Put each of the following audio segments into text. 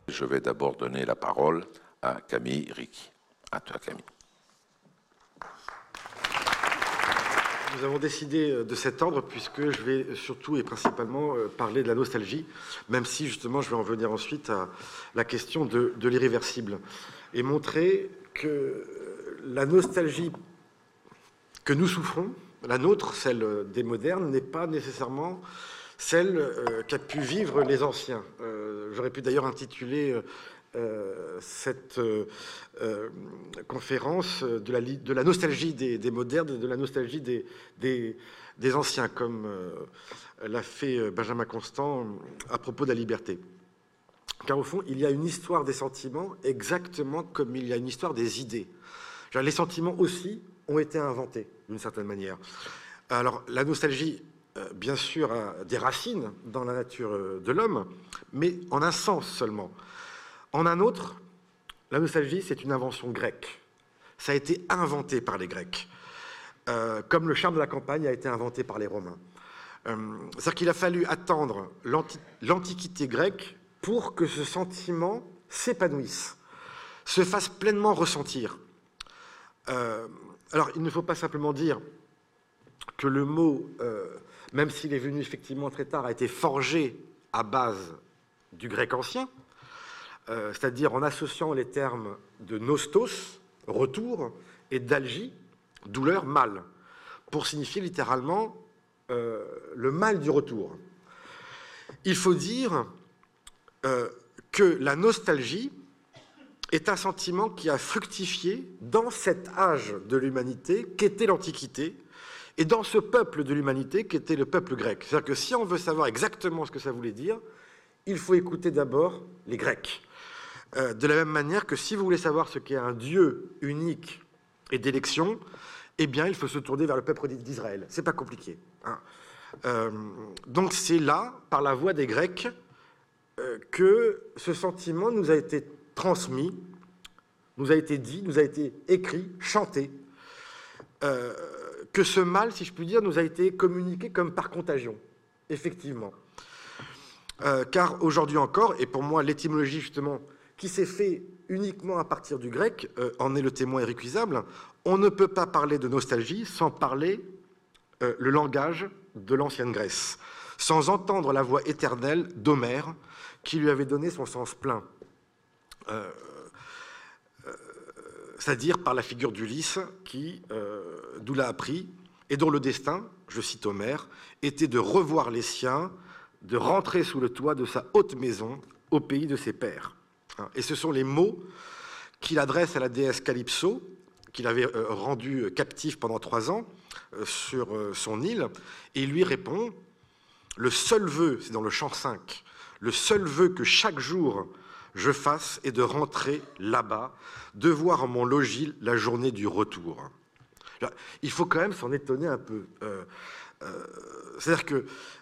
Je vais d'abord donner la parole à Camille Ricky. À toi, Camille. Nous avons décidé de cet ordre puisque je vais surtout et principalement parler de la nostalgie, même si justement je vais en venir ensuite à la question de l'irréversible et montrer que la nostalgie que nous souffrons, la nôtre, celle des modernes, n'est pas nécessairement celle qu'a pu vivre les anciens. J'aurais pu d'ailleurs intituler cette conférence de la nostalgie des modernes et de la nostalgie des anciens, comme l'a fait Benjamin Constant à propos de la liberté. Car au fond, il y a une histoire des sentiments exactement comme il y a une histoire des idées. Les sentiments aussi ont été inventés d'une certaine manière. Alors la nostalgie, bien sûr, a des racines dans la nature de l'homme, mais en un sens seulement. En un autre, la nostalgie, c'est une invention grecque. Ça a été inventé par les Grecs, comme le charme de la campagne a été inventé par les Romains. C'est-à-dire qu'il a fallu attendre l'Antiquité grecque pour que ce sentiment s'épanouisse, se fasse pleinement ressentir. Alors, il ne faut pas simplement dire que le mot, même s'il est venu effectivement très tard, a été forgé à base du grec ancien, c'est-à-dire en associant les termes de nostos, retour, et d'algie, douleur, mal, pour signifier littéralement le mal du retour. Il faut dire que la nostalgie est un sentiment qui a fructifié dans cet âge de l'humanité qu'était l'Antiquité, et dans ce peuple de l'humanité qu'était le peuple grec. C'est-à-dire que si on veut savoir exactement ce que ça voulait dire, il faut écouter d'abord les Grecs. De la même manière que si vous voulez savoir ce qu'est un Dieu unique et d'élection, eh bien, il faut se tourner vers le peuple d'Israël. C'est pas compliqué. Hein. Donc c'est là, par la voix des Grecs, que ce sentiment nous a été transmis, nous a été dit, nous a été écrit, chanté, que ce mal, si je puis dire, nous a été communiqué comme par contagion, effectivement. Car aujourd'hui encore, et pour moi l'étymologie justement, qui s'est fait uniquement à partir du grec, en est le témoin irrécusable, on ne peut pas parler de nostalgie sans parler le langage de l'ancienne Grèce, sans entendre la voix éternelle d'Homère, qui lui avait donné son sens plein. C'est-à-dire par la figure d'Ulysse, qui, d'où l'a appris, et dont le destin, je cite Homère, était de revoir les siens, de rentrer sous le toit de sa haute maison, au pays de ses pères. Et ce sont les mots qu'il adresse à la déesse Calypso, qu'il avait rendue captive pendant 3 ans sur son île, et il lui répond « Le seul vœu, c'est dans le chant 5, le seul vœu que chaque jour je fasse est de rentrer là-bas, de voir mon logis la journée du retour. » Il faut quand même s'en étonner un peu. C'est-à-dire que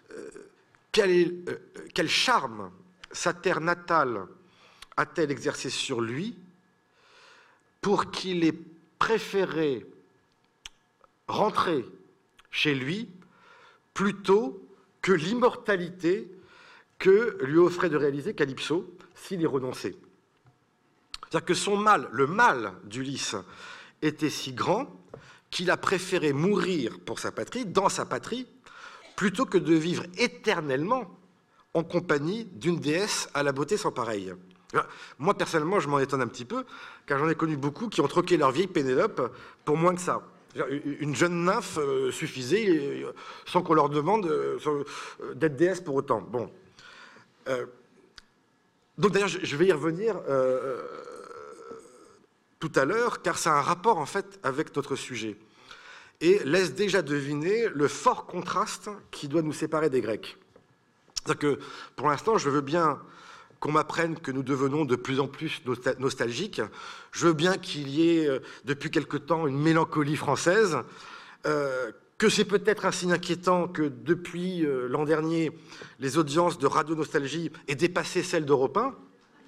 quel charme sa terre natale a-t-elle exercé sur lui pour qu'il ait préféré rentrer chez lui plutôt que l'immortalité que lui offrait de réaliser Calypso s'il y renonçait. C'est-à-dire que son mal, le mal d'Ulysse, était si grand qu'il a préféré mourir pour sa patrie, dans sa patrie, plutôt que de vivre éternellement en compagnie d'une déesse à la beauté sans pareille. Moi, personnellement, je m'en étonne un petit peu, car j'en ai connu beaucoup qui ont troqué leur vieille Pénélope pour moins que ça. Une jeune nymphe suffisait sans qu'on leur demande d'être déesse pour autant. Bon. Donc d'ailleurs, je vais y revenir tout à l'heure, car ça a un rapport en fait avec notre sujet, et laisse déjà deviner le fort contraste qui doit nous séparer des Grecs. C'est-à-dire que, pour l'instant, je veux bien qu'on m'apprenne que nous devenons de plus en plus nostalgiques. Je veux bien qu'il y ait, depuis quelque temps, une mélancolie française, que c'est peut-être un signe inquiétant que, depuis l'an dernier, les audiences de Radio Nostalgie aient dépassé celles d'Europe 1.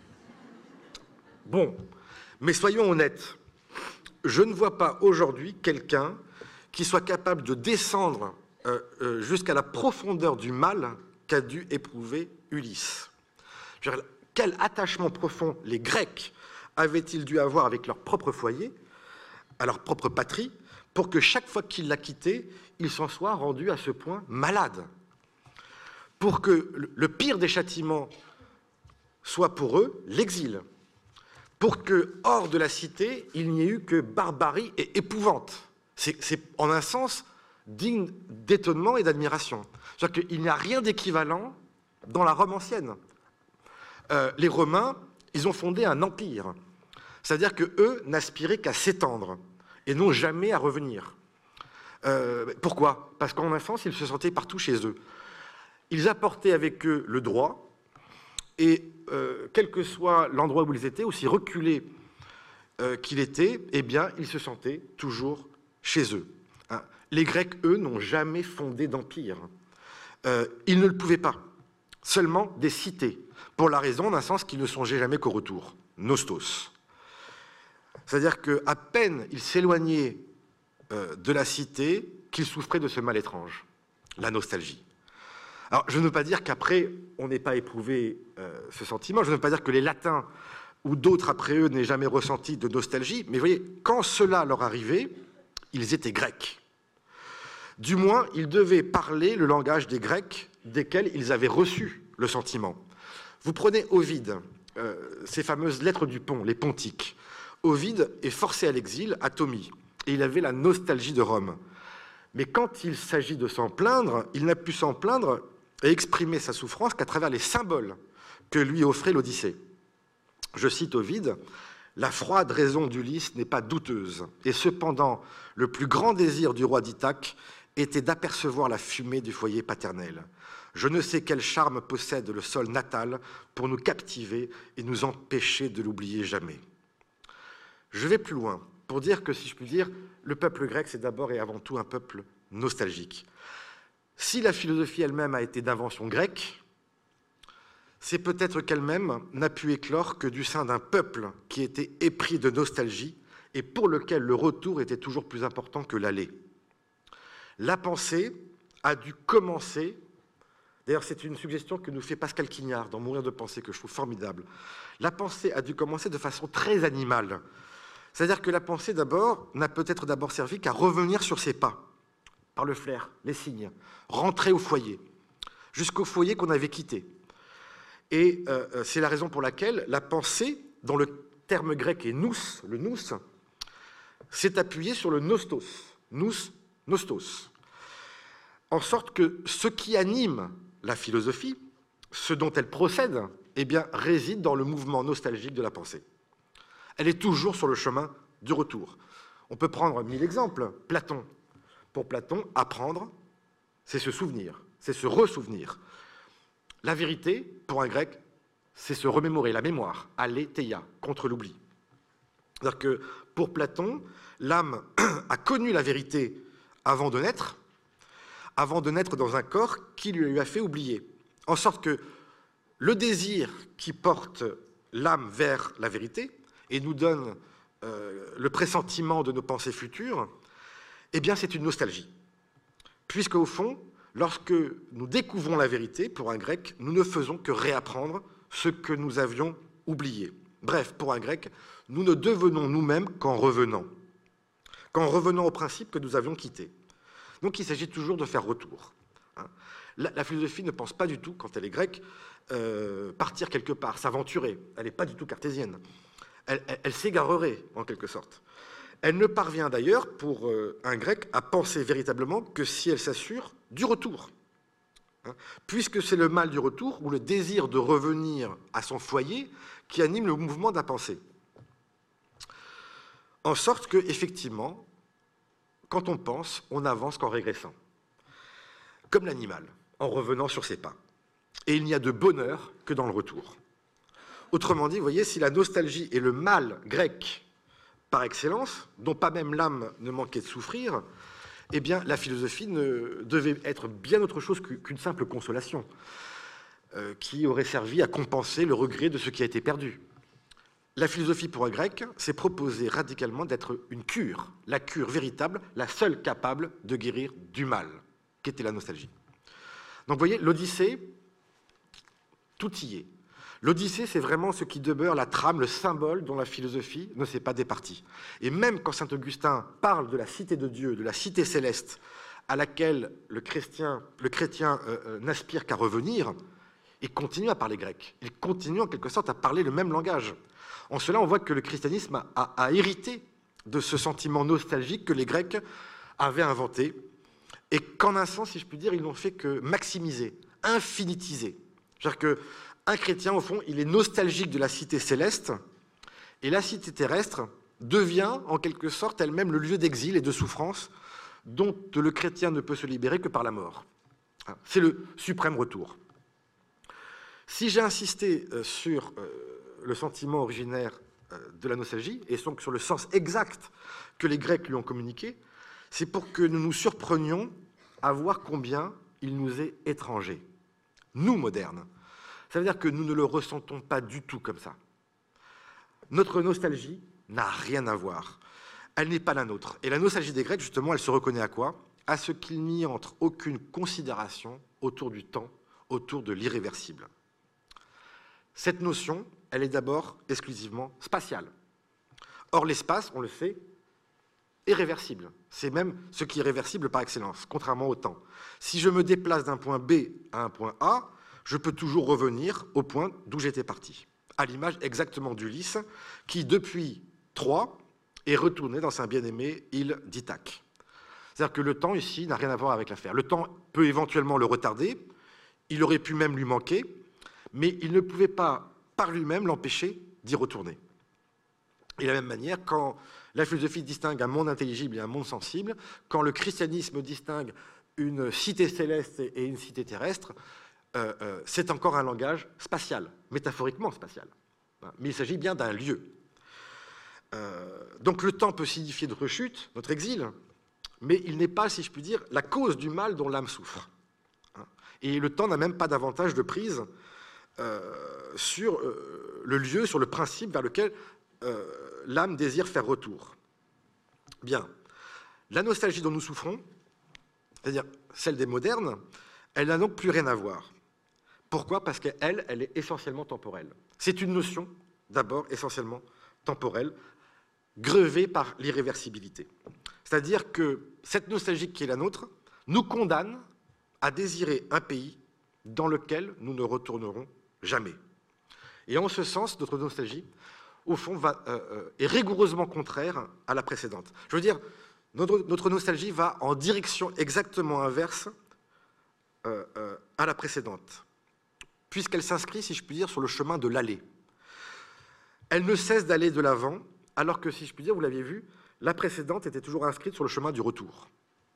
Bon, mais soyons honnêtes, je ne vois pas aujourd'hui quelqu'un qui soit capable de descendre jusqu'à la profondeur du mal qu'a dû éprouver Ulysse. quel attachement profond les Grecs avaient-ils dû avoir avec leur propre foyer, à leur propre patrie, pour que chaque fois qu'ils la quittaient, ils s'en soient rendus à ce point malades, pour que le pire des châtiments soit pour eux l'exil, pour que, hors de la cité, il n'y ait eu que barbarie et épouvante. C'est en un sens digne d'étonnement et d'admiration. C'est-à-dire qu'il n'y a rien d'équivalent dans la Rome ancienne. Les Romains, ils ont fondé un empire. C'est-à-dire qu'eux n'aspiraient qu'à s'étendre et non jamais à revenir. Pourquoi? Parce qu'en un sens, ils se sentaient partout chez eux. Ils apportaient avec eux le droit, et quel que soit l'endroit où ils étaient, aussi reculés qu'il était, eh bien, ils se sentaient toujours chez eux. Hein. Les Grecs, eux, n'ont jamais fondé d'empire. Ils ne le pouvaient pas. Seulement des cités, pour la raison, d'un sens, qu'ils ne songeaient jamais qu'au retour. Nostos. C'est-à-dire qu'à peine ils s'éloignaient de la cité, qu'ils souffraient de ce mal étrange, la nostalgie. Alors, je ne veux pas dire qu'après, on n'ait pas éprouvé ce sentiment, je ne veux pas dire que les Latins ou d'autres après eux n'aient jamais ressenti de nostalgie, mais vous voyez, quand cela leur arrivait, ils étaient grecs. Du moins, ils devaient parler le langage des Grecs desquels ils avaient reçu le sentiment. Vous prenez Ovide, ces fameuses lettres du Pont, les Pontiques. Ovide est forcé à l'exil à Tomie, et il avait la nostalgie de Rome. Mais quand il s'agit de s'en plaindre, il n'a pu s'en plaindre et exprimer sa souffrance qu'à travers les symboles que lui offrait l'Odyssée. Je cite Ovide, « La froide raison d'Ulysse n'est pas douteuse, et cependant, le plus grand désir du roi d'Ithaque était d'apercevoir la fumée du foyer paternel. Je ne sais quel charme possède le sol natal pour nous captiver et nous empêcher de l'oublier jamais. » Je vais plus loin pour dire que, si je puis dire, le peuple grec, c'est d'abord et avant tout un peuple nostalgique. Si la philosophie elle-même a été d'invention grecque, c'est peut-être qu'elle-même n'a pu éclore que du sein d'un peuple qui était épris de nostalgie et pour lequel le retour était toujours plus important que l'aller. La pensée a dû commencer, d'ailleurs c'est une suggestion que nous fait Pascal Quignard dans Mourir de penser, que je trouve formidable. La pensée a dû commencer de façon très animale. C'est-à-dire que la pensée, d'abord, n'a peut-être d'abord servi qu'à revenir sur ses pas, par le flair, les signes, rentrer au foyer, jusqu'au foyer qu'on avait quitté. Et c'est la raison pour laquelle la pensée, dont le terme grec est nous, le nous, s'est appuyée sur le nostos, nous, nostos. En sorte que ce qui anime la philosophie, ce dont elle procède, eh bien, réside dans le mouvement nostalgique de la pensée. Elle est toujours sur le chemin du retour. On peut prendre 1000 exemples. Platon. Pour Platon, apprendre, c'est se souvenir, c'est se ressouvenir. La vérité, pour un grec, c'est se remémorer, la mémoire, aletheia, contre l'oubli. C'est-à-dire que pour Platon, l'âme a connu la vérité avant de naître dans un corps qui lui a fait oublier. En sorte que le désir qui porte l'âme vers la vérité et nous donne le pressentiment de nos pensées futures, eh bien c'est une nostalgie. Puisque au fond, lorsque nous découvrons la vérité, pour un grec, nous ne faisons que réapprendre ce que nous avions oublié. Bref, pour un grec, nous ne devenons nous-mêmes qu'en revenant au principe que nous avions quitté. Donc il s'agit toujours de faire retour. La philosophie ne pense pas du tout, quand elle est grecque, partir quelque part, s'aventurer. Elle n'est pas du tout cartésienne. Elle s'égarerait, en quelque sorte. Elle ne parvient d'ailleurs, pour un grec, à penser véritablement que si elle s'assure du retour. Puisque c'est le mal du retour, ou le désir de revenir à son foyer, qui anime le mouvement de la pensée. En sorte que, effectivement, quand on pense, on n'avance qu'en régressant. Comme l'animal, en revenant sur ses pas. Et il n'y a de bonheur que dans le retour. Autrement dit, vous voyez, si la nostalgie est le mal grec par excellence, dont pas même l'âme ne manquait de souffrir, eh bien, la philosophie ne devait être bien autre chose qu'une simple consolation, qui aurait servi à compenser le regret de ce qui a été perdu. La philosophie pour un grec s'est proposée radicalement d'être une cure, la cure véritable, la seule capable de guérir du mal, qu'était la nostalgie. Donc vous voyez, l'Odyssée, tout y est. L'Odyssée, c'est vraiment ce qui demeure la trame, le symbole dont la philosophie ne s'est pas départie. Et même quand saint Augustin parle de la cité de Dieu, de la cité céleste, à laquelle le chrétien n'aspire qu'à revenir, il continue à parler grec. Il continue en quelque sorte à parler le même langage. En cela, on voit que le christianisme a hérité de ce sentiment nostalgique que les Grecs avaient inventé, et qu'en un sens, si je puis dire, ils n'ont fait que maximiser, infinitiser. C'est-à-dire qu'un chrétien, au fond, il est nostalgique de la cité céleste, et la cité terrestre devient, en quelque sorte, elle-même le lieu d'exil et de souffrance dont le chrétien ne peut se libérer que par la mort. C'est le suprême retour. Si j'ai insisté sur le sentiment originaire de la nostalgie, et donc sur le sens exact que les Grecs lui ont communiqué, c'est pour que nous nous surprenions à voir combien il nous est étranger. Nous, modernes. Ça veut dire que nous ne le ressentons pas du tout comme ça. Notre nostalgie n'a rien à voir. Elle n'est pas la nôtre. Et la nostalgie des Grecs, justement, elle se reconnaît à quoi? À ce qu'il n'y entre aucune considération autour du temps, autour de l'irréversible. Cette notion, elle est d'abord exclusivement spatiale. Or, l'espace, on le sait, est réversible. C'est même ce qui est réversible par excellence, contrairement au temps. Si je me déplace d'un point B à un point A, je peux toujours revenir au point d'où j'étais parti. À l'image exactement d'Ulysse, qui, depuis Troie, est retourné dans sa bien-aimée île d'Ithaque. C'est-à-dire que le temps, ici, n'a rien à voir avec l'affaire. Le temps peut éventuellement le retarder, il aurait pu même lui manquer, mais il ne pouvait pas, par lui-même, l'empêcher d'y retourner. Et de la même manière, quand la philosophie distingue un monde intelligible et un monde sensible, quand le christianisme distingue une cité céleste et une cité terrestre, c'est encore un langage spatial, métaphoriquement spatial. Mais il s'agit bien d'un lieu. Donc le temps peut signifier notre chute, notre exil, mais il n'est pas, si je puis dire, la cause du mal dont l'âme souffre. Et le temps n'a même pas davantage de prise sur le lieu, sur le principe vers lequel l'âme désire faire retour. Bien. La nostalgie dont nous souffrons, c'est-à-dire celle des modernes, elle n'a donc plus rien à voir. Pourquoi? Parce qu'elle, elle est essentiellement temporelle. C'est une notion, d'abord, essentiellement temporelle, grevée par l'irréversibilité. C'est-à-dire que cette nostalgie qui est la nôtre nous condamne à désirer un pays dans lequel nous ne retournerons jamais. Et en ce sens, notre nostalgie, au fond, est rigoureusement contraire à la précédente. Je veux dire, notre nostalgie va en direction exactement inverse à la précédente, puisqu'elle s'inscrit, si je puis dire, sur le chemin de l'aller. Elle ne cesse d'aller de l'avant, alors que, si je puis dire, vous l'aviez vu, la précédente était toujours inscrite sur le chemin du retour.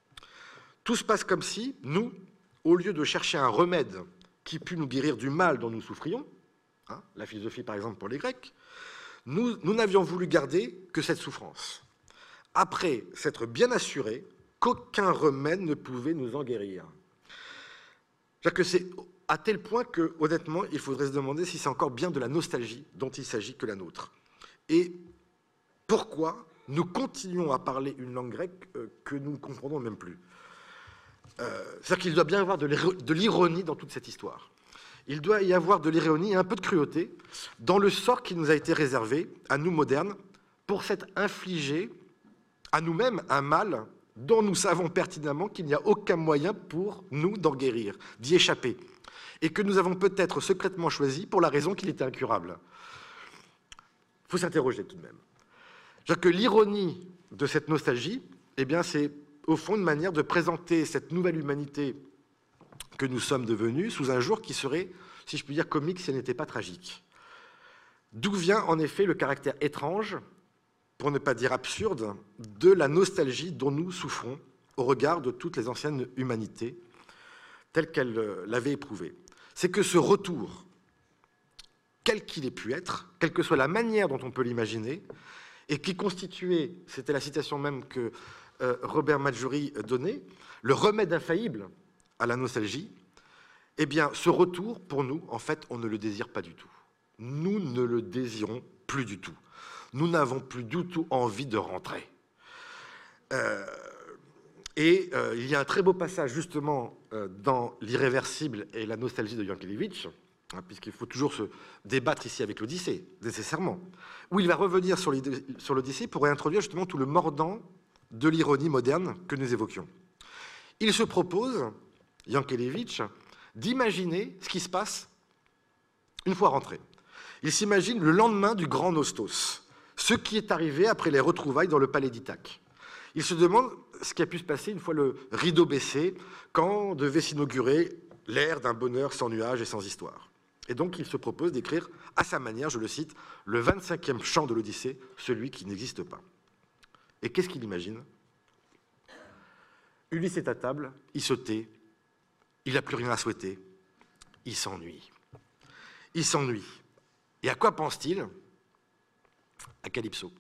Tout se passe comme si, nous, au lieu de chercher un remède qui pût nous guérir du mal dont nous souffrions, la philosophie par exemple pour les Grecs, nous n'avions voulu garder que cette souffrance, après s'être bien assurés qu'aucun remède ne pouvait nous en guérir. C'est-à-dire que c'est à tel point que, honnêtement, il faudrait se demander si c'est encore bien de la nostalgie dont il s'agit que la nôtre. Et pourquoi nous continuons à parler une langue grecque que nous ne comprenons même plus. C'est-à-dire qu'il doit bien y avoir de l'ironie dans toute cette histoire. Il doit y avoir de l'ironie et un peu de cruauté dans le sort qui nous a été réservé, à nous modernes, pour s'être infligé à nous-mêmes un mal dont nous savons pertinemment qu'il n'y a aucun moyen pour nous d'en guérir, d'y échapper, et que nous avons peut-être secrètement choisi pour la raison qu'il était incurable. Il faut s'interroger tout de même. C'est-à-dire que l'ironie de cette nostalgie, eh bien, c'est au fond une manière de présenter cette nouvelle humanité que nous sommes devenus sous un jour qui serait, si je puis dire, comique si elle n'était pas tragique. D'où vient en effet le caractère étrange, pour ne pas dire absurde, de la nostalgie dont nous souffrons au regard de toutes les anciennes humanités telles qu'elles l'avaient éprouvé. C'est que ce retour, quel qu'il ait pu être, quelle que soit la manière dont on peut l'imaginer, et qui constituait, c'était la citation même que Robert Maggiori donnait, le remède infaillible à la nostalgie, eh bien, ce retour, pour nous, en fait, on ne le désire pas du tout. Nous ne le désirons plus du tout. Nous n'avons plus du tout envie de rentrer. Il y a un très beau passage, justement, dans L'Irréversible et la nostalgie de Yankelevitch, hein, puisqu'il faut toujours se débattre ici avec l'Odyssée, nécessairement, où il va revenir sur l'Odyssée pour réintroduire justement tout le mordant de l'ironie moderne que nous évoquions. Il se propose, Yankelevitch, d'imaginer ce qui se passe une fois rentré. Il s'imagine le lendemain du grand Nostos, ce qui est arrivé après les retrouvailles dans le palais d'Ithaque. Il se demande ce qui a pu se passer une fois le rideau baissé, quand devait s'inaugurer l'ère d'un bonheur sans nuages et sans histoire. Et donc il se propose d'écrire à sa manière, je le cite, le 25e chant de l'Odyssée, celui qui n'existe pas. Et qu'est-ce qu'il imagine? Ulysse est à table, il se tait, il n'a plus rien à souhaiter, il s'ennuie. Il s'ennuie. Et à quoi pense-t-il? À Calypso.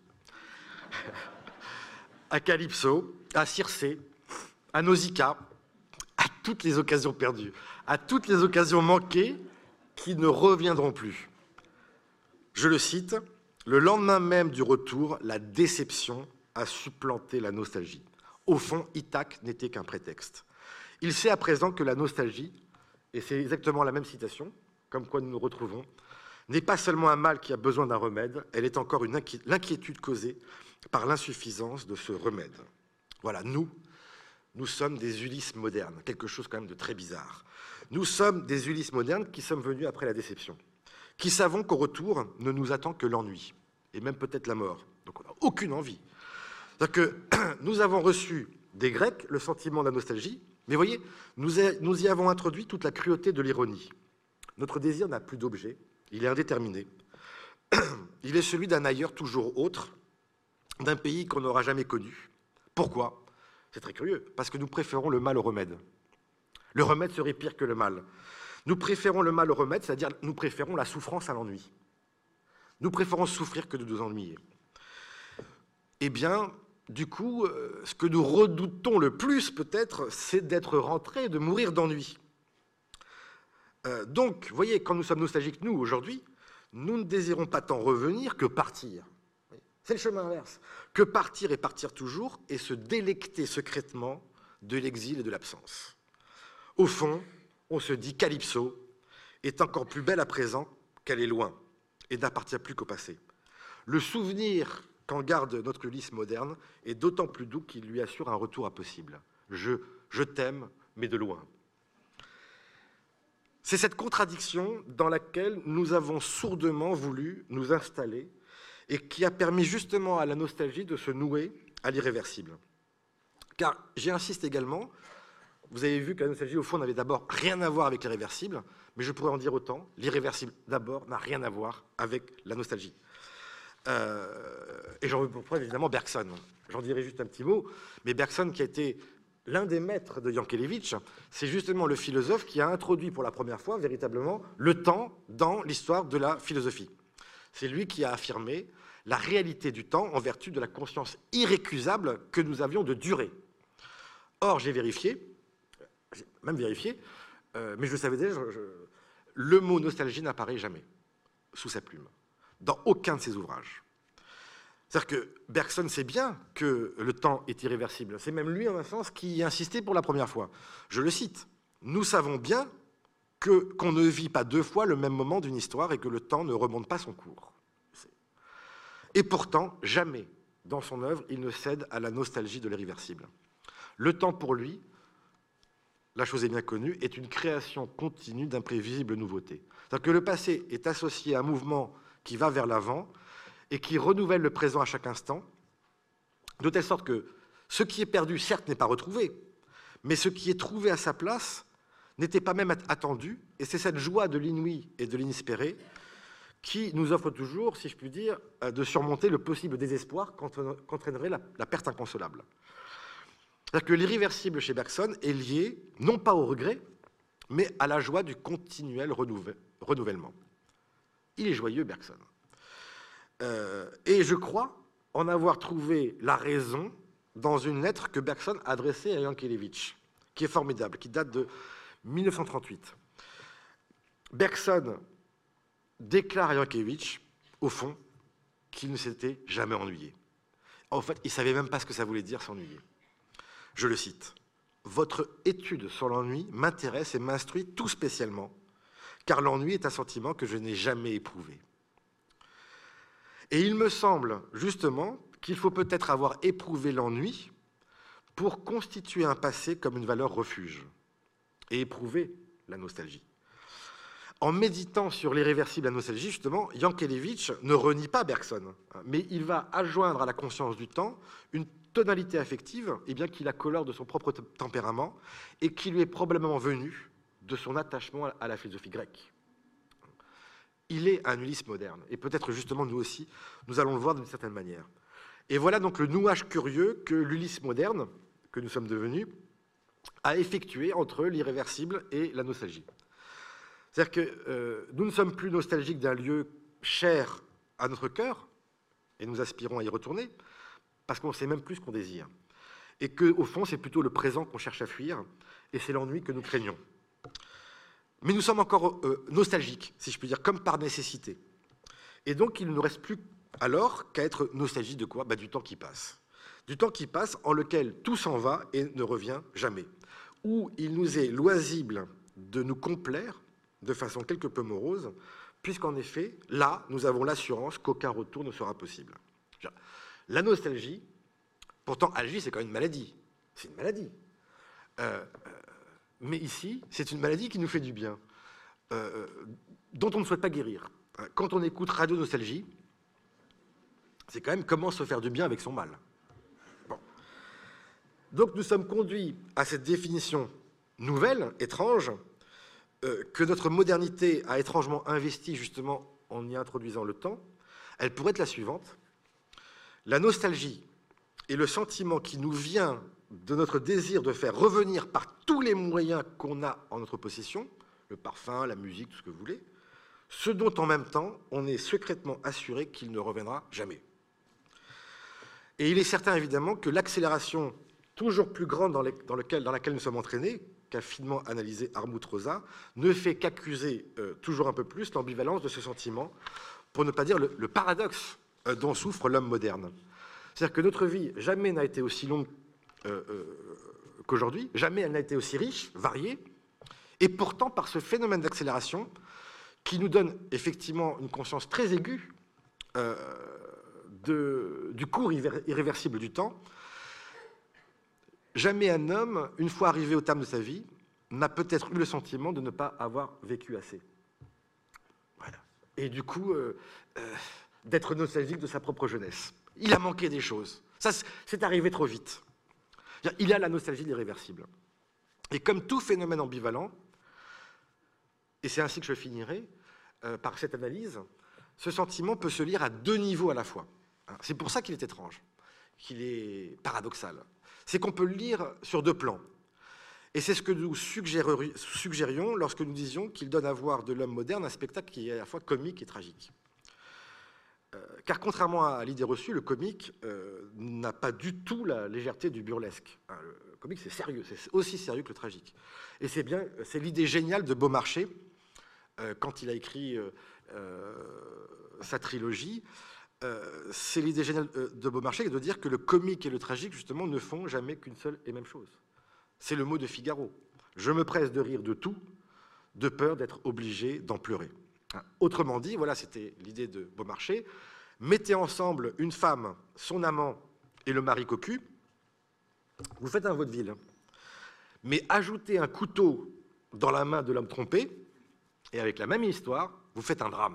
À Calypso, à Circé, à Nausicaa, à toutes les occasions perdues, à toutes les occasions manquées qui ne reviendront plus. Je le cite, « Le lendemain même du retour, la déception a supplanté la nostalgie. Au fond, Ithaque n'était qu'un prétexte. Il sait à présent que la nostalgie, et c'est exactement la même citation, comme quoi nous nous retrouvons, n'est pas seulement un mal qui a besoin d'un remède, elle est encore l'inquiétude causée par l'insuffisance de ce remède. » Voilà, nous sommes des Ulysses modernes, quelque chose quand même de très bizarre. Nous sommes des Ulysses modernes qui sommes venus après la déception, qui savons qu'au retour ne nous attend que l'ennui, et même peut-être la mort. Donc on n'a aucune envie. C'est-à-dire que nous avons reçu des Grecs le sentiment de la nostalgie, mais voyez, nous y avons introduit toute la cruauté de l'ironie. Notre désir n'a plus d'objet, il est indéterminé. Il est celui d'un ailleurs toujours autre, d'un pays qu'on n'aura jamais connu. Pourquoi? C'est très curieux, parce que nous préférons le mal au remède. Le remède serait pire que le mal. Nous préférons le mal au remède, c'est-à-dire nous préférons la souffrance à l'ennui. Nous préférons souffrir que de nous ennuyer. Eh bien, du coup, ce que nous redoutons le plus, peut-être, c'est d'être rentrés, de mourir d'ennui. Donc, vous voyez, quand nous sommes nostalgiques, nous, aujourd'hui, nous ne désirons pas tant revenir que partir. C'est le chemin inverse. Que partir et partir toujours, et se délecter secrètement de l'exil et de l'absence. Au fond, on se dit Calypso est encore plus belle à présent qu'elle est loin, et n'appartient plus qu'au passé. Le souvenir qu'en garde notre Ulysse moderne est d'autant plus doux qu'il lui assure un retour impossible. Je t'aime, mais de loin. C'est cette contradiction dans laquelle nous avons sourdement voulu nous installer et qui a permis justement à la nostalgie de se nouer à l'irréversible. Car j'insiste également, vous avez vu que la nostalgie, au fond, n'avait d'abord rien à voir avec l'irréversible, mais je pourrais en dire autant, l'irréversible, d'abord, n'a rien à voir avec la nostalgie. Et j'en veux pour preuve, évidemment, Bergson. J'en dirai juste un petit mot, mais Bergson, qui a été l'un des maîtres de Yankelevitch, c'est justement le philosophe qui a introduit pour la première fois, véritablement, le temps dans l'histoire de la philosophie. C'est lui qui a affirmé la réalité du temps en vertu de la conscience irrécusable que nous avions de durée. Or, j'ai même vérifié, mais je le savais déjà, le mot nostalgie n'apparaît jamais sous sa plume, dans aucun de ses ouvrages. C'est-à-dire que Bergson sait bien que le temps est irréversible. C'est même lui, en un sens, qui y insistait pour la première fois. Je le cite. « Nous savons bien qu'on ne vit pas deux fois le même moment d'une histoire et que le temps ne remonte pas son cours. » Et pourtant, jamais, dans son œuvre, il ne cède à la nostalgie de l'irréversible. Le temps, pour lui, la chose est bien connue, est une création continue d'imprévisibles nouveautés. C'est-à-dire que le passé est associé à un mouvement qui va vers l'avant et qui renouvelle le présent à chaque instant, de telle sorte que ce qui est perdu, certes, n'est pas retrouvé, mais ce qui est trouvé à sa place n'était pas même attendu, et c'est cette joie de l'inouï et de l'inespéré qui nous offre toujours, si je puis dire, de surmonter le possible désespoir qu'entraînerait la perte inconsolable. C'est-à-dire que l'irréversible chez Bergson est lié, non pas au regret, mais à la joie du continuel renouvellement. Il est joyeux, Bergson. Et je crois en avoir trouvé la raison dans une lettre que Bergson a adressée à Yankelevitch, qui est formidable, qui date de 1938. Bergson déclare à Yankelevitch, au fond, qu'il ne s'était jamais ennuyé. En fait, il ne savait même pas ce que ça voulait dire s'ennuyer. Je le cite. « Votre étude sur l'ennui m'intéresse et m'instruit tout spécialement, car l'ennui est un sentiment que je n'ai jamais éprouvé. Et il me semble, justement, qu'il faut peut-être avoir éprouvé l'ennui pour constituer un passé comme une valeur refuge et éprouver la nostalgie. En méditant sur l'irréversible la nostalgie, justement, Yankelevitch ne renie pas Bergson, mais il va adjoindre à la conscience du temps une tonalité affective qui la colore de son propre tempérament et qui lui est probablement venue de son attachement à la philosophie grecque. Il est un Ulysse moderne, et peut-être justement nous aussi, nous allons le voir d'une certaine manière. Et voilà donc le nouage curieux que l'Ulysse moderne, que nous sommes devenus, a effectué entre l'irréversible et la nostalgie. C'est-à-dire que nous ne sommes plus nostalgiques d'un lieu cher à notre cœur, et nous aspirons à y retourner, parce qu'on ne sait même plus ce qu'on désire. Et qu'au fond, c'est plutôt le présent qu'on cherche à fuir, et c'est l'ennui que nous craignons. Mais nous sommes encore nostalgiques, si je puis dire, comme par nécessité. Et donc, il ne nous reste plus alors qu'à être nostalgique de quoi ? Du temps qui passe. Du temps qui passe en lequel tout s'en va et ne revient jamais. Où il nous est loisible de nous complaire de façon quelque peu morose, puisqu'en effet, là, nous avons l'assurance qu'aucun retour ne sera possible. La nostalgie, pourtant, agit, c'est quand même une maladie. C'est une maladie. Mais ici, c'est une maladie qui nous fait du bien, dont on ne souhaite pas guérir. Quand on écoute Radio Nostalgie, c'est quand même comment se faire du bien avec son mal. Bon. Donc nous sommes conduits à cette définition nouvelle, étrange, que notre modernité a étrangement investie justement en y introduisant le temps. Elle pourrait être la suivante. La nostalgie est le sentiment qui nous vient de notre désir de faire revenir par tous les moyens qu'on a en notre possession, le parfum, la musique, tout ce que vous voulez, ce dont en même temps on est secrètement assuré qu'il ne reviendra jamais. Et il est certain évidemment que l'accélération toujours plus grande dans laquelle nous sommes entraînés, qu'a finement analysé Armut Rosa, ne fait qu'accuser toujours un peu plus l'ambivalence de ce sentiment, pour ne pas dire le paradoxe dont souffre l'homme moderne. C'est-à-dire que notre vie jamais n'a été aussi longue qu'aujourd'hui, jamais elle n'a été aussi riche, variée, et pourtant par ce phénomène d'accélération qui nous donne effectivement une conscience très aiguë du cours irréversible du temps, jamais un homme, une fois arrivé au terme de sa vie, n'a peut-être eu le sentiment de ne pas avoir vécu assez. Voilà. Et du coup, d'être nostalgique de sa propre jeunesse. Il a manqué des choses. Ça, c'est arrivé trop vite. Il a la nostalgie de l'irréversible. Et comme tout phénomène ambivalent, et c'est ainsi que je finirai par cette analyse, ce sentiment peut se lire à deux niveaux à la fois. C'est pour ça qu'il est étrange, qu'il est paradoxal. C'est qu'on peut le lire sur deux plans. Et c'est ce que nous suggérions lorsque nous disions qu'il donne à voir de l'homme moderne un spectacle qui est à la fois comique et tragique. Car contrairement à l'idée reçue, le comique n'a pas du tout la légèreté du burlesque. Le comique, c'est sérieux, c'est aussi sérieux que le tragique. Et c'est l'idée géniale de Beaumarchais, quand il a écrit sa trilogie, c'est l'idée géniale de Beaumarchais de dire que le comique et le tragique, justement, ne font jamais qu'une seule et même chose. C'est le mot de Figaro. Je me presse de rire de tout, de peur d'être obligé d'en pleurer. Autrement dit, voilà, c'était l'idée de Beaumarchais. Mettez ensemble une femme, son amant et le mari cocu, vous faites un vaudeville. Mais ajoutez un couteau dans la main de l'homme trompé, et avec la même histoire, vous faites un drame.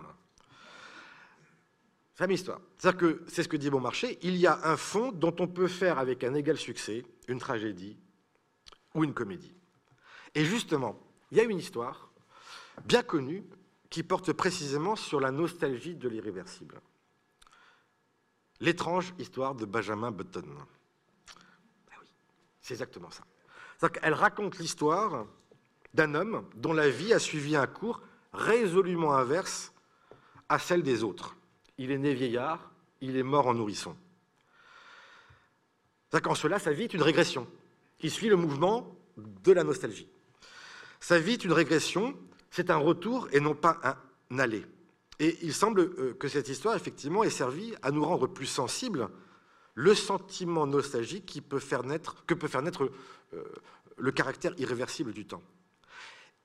C'est la même histoire. C'est-à-dire que, c'est ce que dit Beaumarchais, il y a un fond dont on peut faire avec un égal succès une tragédie ou une comédie. Et justement, il y a une histoire bien connue qui porte précisément sur la nostalgie de l'irréversible. L'étrange histoire de Benjamin Button. Ben oui, c'est exactement ça. C'est-à-dire qu'elle raconte l'histoire d'un homme dont la vie a suivi un cours résolument inverse à celle des autres. Il est né vieillard, il est mort en nourrisson. C'est-à-dire qu'en cela, sa vie est une régression qui suit le mouvement de la nostalgie. Sa vie est une régression, c'est un retour et non pas un aller. Et il semble que cette histoire, effectivement, ait servi à nous rendre plus sensibles le sentiment nostalgique que peut faire naître le caractère irréversible du temps.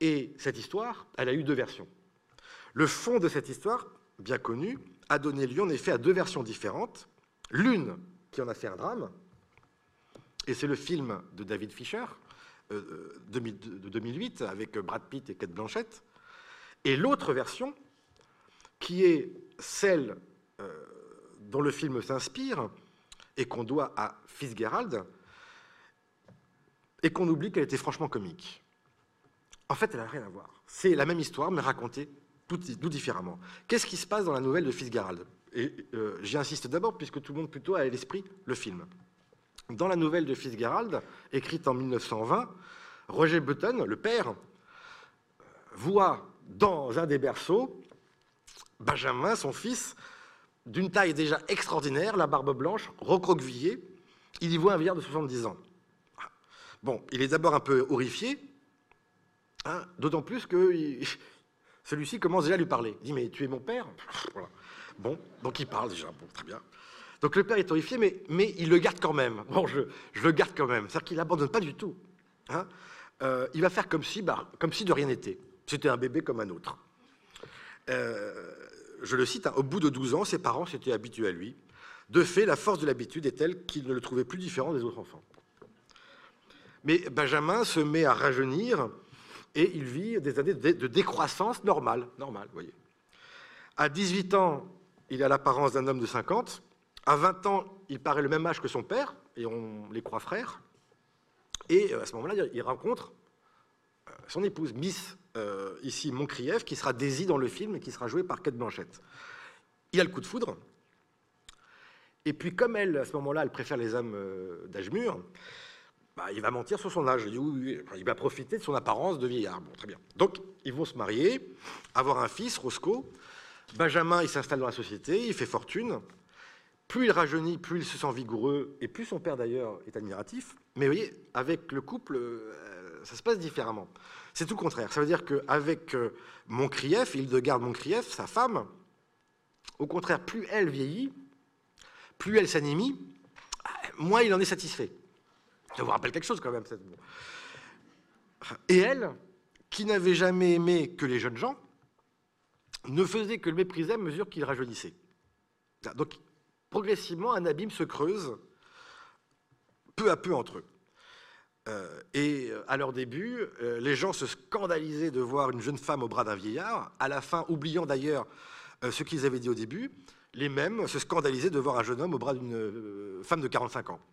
Et cette histoire, elle a eu deux versions. Le fond de cette histoire, bien connu, a donné lieu en effet à deux versions différentes. L'une qui en a fait un drame, et c'est le film de David Fincher, de 2008, avec Brad Pitt et Cate Blanchett. Et l'autre version, qui est celle dont le film s'inspire, et qu'on doit à Fitzgerald, et qu'on oublie qu'elle était franchement comique. En fait, elle n'a rien à voir. C'est la même histoire, mais racontée tout différemment. Qu'est-ce qui se passe dans la nouvelle de Fitzgerald? Et j'y insiste d'abord, puisque tout le monde plutôt a à l'esprit le film. Dans la nouvelle de Fitzgerald, écrite en 1920, Roger Button, le père, voit dans un des berceaux Benjamin, son fils, d'une taille déjà extraordinaire, la barbe blanche, recroquevillée. Il y voit un vieillard de 70 ans. Bon, il est d'abord un peu horrifié, hein, d'autant plus que celui-ci commence déjà à lui parler. Il dit, mais tu es mon père? Voilà. Bon, donc il parle déjà, bon, très bien. Donc le père est horrifié, mais il le garde quand même. Bon, je le garde quand même. C'est-à-dire qu'il n'abandonne pas du tout. Hein. Il va faire comme si de rien n'était. C'était un bébé comme un autre. Je le cite, hein, au bout de 12 ans, ses parents s'étaient habitués à lui. De fait, la force de l'habitude est telle qu'il ne le trouvait plus différent des autres enfants. Mais Benjamin se met à rajeunir et il vit des années de décroissance normale, vous voyez. À 18 ans, il a l'apparence d'un homme de 50. À 20 ans, il paraît le même âge que son père, et on les croit frères. Et à ce moment-là, il rencontre son épouse, Miss, ici Moncrieff, qui sera Daisy dans le film et qui sera jouée par Cate Blanchett. Il a le coup de foudre. Et puis, comme elle, à ce moment-là, elle préfère les hommes d'âge mûr, bah, il va mentir sur son âge. Il va profiter de son apparence de vieillard. Bon, très bien. Donc, ils vont se marier, avoir un fils, Roscoe. Benjamin, il s'installe dans la société, il fait fortune. Plus il rajeunit, plus il se sent vigoureux, et plus son père, d'ailleurs, est admiratif. Mais vous voyez, avec le couple, ça se passe différemment. C'est tout le contraire. Ça veut dire qu'avec Moncrieff, Hildegarde Moncrieff, sa femme, au contraire, plus elle vieillit, plus elle s'anémie, moins il en est satisfait. Ça vous rappelle quelque chose, quand même. Et elle, qui n'avait jamais aimé que les jeunes gens, ne faisait que le mépriser à mesure qu'il rajeunissait. Donc, progressivement, un abîme se creuse peu à peu entre eux. Et à leur début, les gens se scandalisaient de voir une jeune femme au bras d'un vieillard, à la fin, oubliant d'ailleurs ce qu'ils avaient dit au début, les mêmes se scandalisaient de voir un jeune homme au bras d'une femme de 45 ans.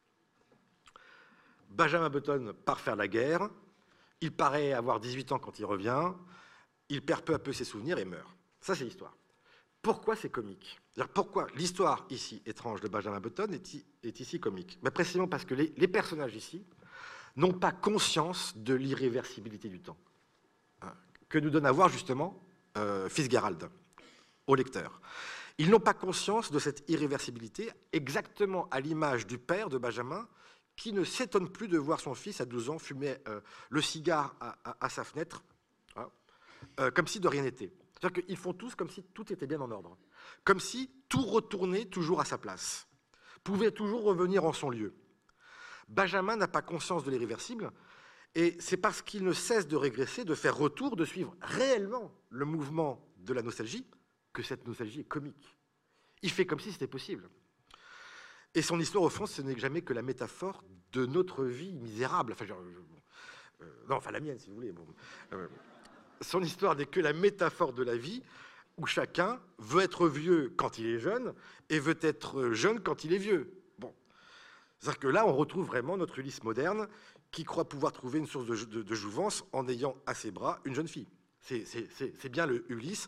Benjamin Button part faire la guerre, il paraît avoir 18 ans quand il revient, il perd peu à peu ses souvenirs et meurt. Ça, c'est l'histoire. Pourquoi c'est comique? Pourquoi l'histoire ici étrange de Benjamin Button est ici comique? Précisément parce que les personnages ici n'ont pas conscience de l'irréversibilité du temps, hein, que nous donne à voir justement Fitzgerald au lecteur. Ils n'ont pas conscience de cette irréversibilité, exactement à l'image du père de Benjamin, qui ne s'étonne plus de voir son fils à 12 ans fumer le cigare à sa fenêtre, hein, comme si de rien n'était. C'est-à-dire qu'ils font tous comme si tout était bien en ordre, comme si tout retournait toujours à sa place, pouvait toujours revenir en son lieu. Benjamin n'a pas conscience de l'irréversible, et c'est parce qu'il ne cesse de régresser, de faire retour, de suivre réellement le mouvement de la nostalgie, que cette nostalgie est comique. Il fait comme si c'était possible. Et son histoire, au fond, ce n'est jamais que la métaphore de notre vie misérable. Enfin, non, enfin la mienne, si vous voulez. Bon. Son histoire n'est que la métaphore de la vie, où chacun veut être vieux quand il est jeune, et veut être jeune quand il est vieux. Bon. C'est-à-dire que là, on retrouve vraiment notre Ulysse moderne, qui croit pouvoir trouver une source de jouvence en ayant à ses bras une jeune fille. C'est bien le Ulysse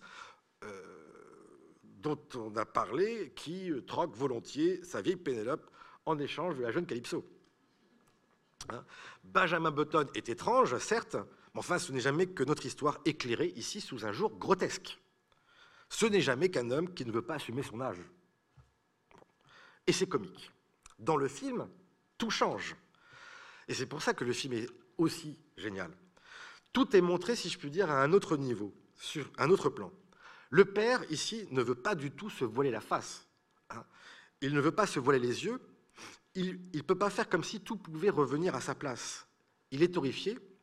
dont on a parlé, qui troque volontiers sa vieille Pénélope en échange de la jeune Calypso. Hein? Benjamin Button est étrange, certes, mais enfin, ce n'est jamais que notre histoire éclairée ici sous un jour grotesque. Ce n'est jamais qu'un homme qui ne veut pas assumer son âge. Et c'est comique. Dans le film, tout change. Et c'est pour ça que le film est aussi génial. Tout est montré, si je puis dire, à un autre niveau, sur un autre plan. Le père, ici, ne veut pas du tout se voiler la face. Hein. Il ne veut pas se voiler les yeux. Il ne peut pas faire comme si tout pouvait revenir à sa place. Il est horrifié.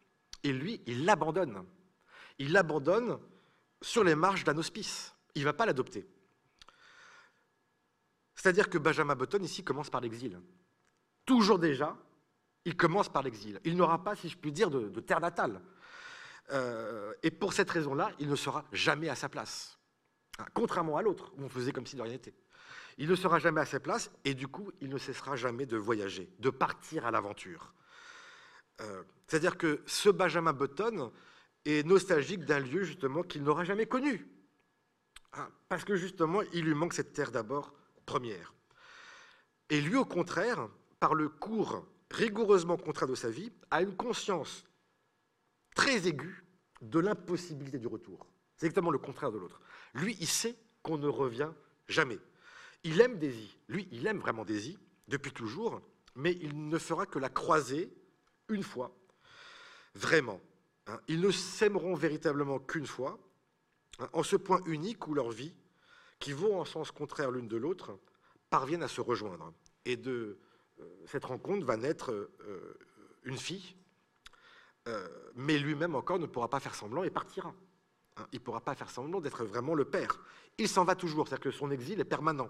Et lui, il l'abandonne. Il l'abandonne sur les marges d'un hospice. Il ne va pas l'adopter. C'est-à-dire que Benjamin Button, ici, commence par l'exil. Toujours déjà, il commence par l'exil. Il n'aura pas, si je puis dire, de terre natale. Et pour cette raison-là, il ne sera jamais à sa place. Contrairement à l'autre, où on faisait comme si de rien n'était. Il ne sera jamais à sa place, et du coup, il ne cessera jamais de voyager, de partir à l'aventure. C'est-à-dire que ce Benjamin Button est nostalgique d'un lieu, justement, qu'il n'aura jamais connu. Parce que, justement, il lui manque cette terre d'abord première. Et lui, au contraire, par le cours rigoureusement contraint de sa vie, a une conscience très aiguë de l'impossibilité du retour. C'est exactement le contraire de l'autre. Lui, il sait qu'on ne revient jamais. Il aime Daisy. Lui, il aime vraiment Daisy, depuis toujours, mais il ne fera que la croiser une fois, vraiment. Ils ne s'aimeront véritablement qu'une fois, en ce point unique où leur vie, qui vont en sens contraire l'une de l'autre, parviennent à se rejoindre. Et de cette rencontre va naître une fille, mais lui-même encore ne pourra pas faire semblant et partira. Il ne pourra pas faire semblant d'être vraiment le père. Il s'en va toujours, c'est-à-dire que son exil est permanent.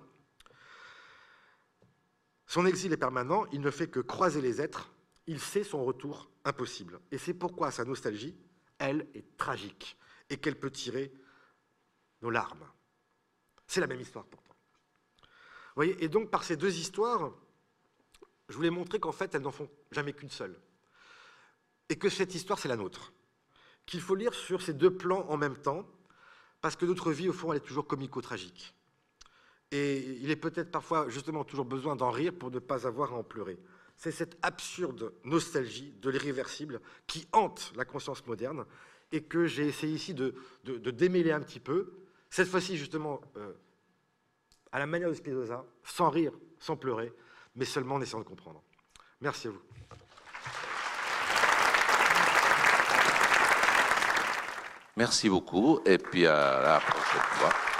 Son exil est permanent, il ne fait que croiser les êtres, il sait son retour impossible. Et c'est pourquoi sa nostalgie, elle, est tragique, et qu'elle peut tirer nos larmes. C'est la même histoire pourtant. Vous voyez, et donc par ces deux histoires, je voulais montrer qu'en fait, elles n'en font jamais qu'une seule. Et que cette histoire, c'est la nôtre. Qu'il faut lire sur ces deux plans en même temps, parce que notre vie, au fond, elle est toujours comico-tragique. Et il est peut-être parfois, justement, toujours besoin d'en rire pour ne pas avoir à en pleurer. C'est cette absurde nostalgie de l'irréversible qui hante la conscience moderne et que j'ai essayé ici de démêler un petit peu, cette fois-ci, justement, à la manière de Spinoza, sans rire, sans pleurer, mais seulement en essayant de comprendre. Merci à vous. Merci beaucoup, et puis à la prochaine fois.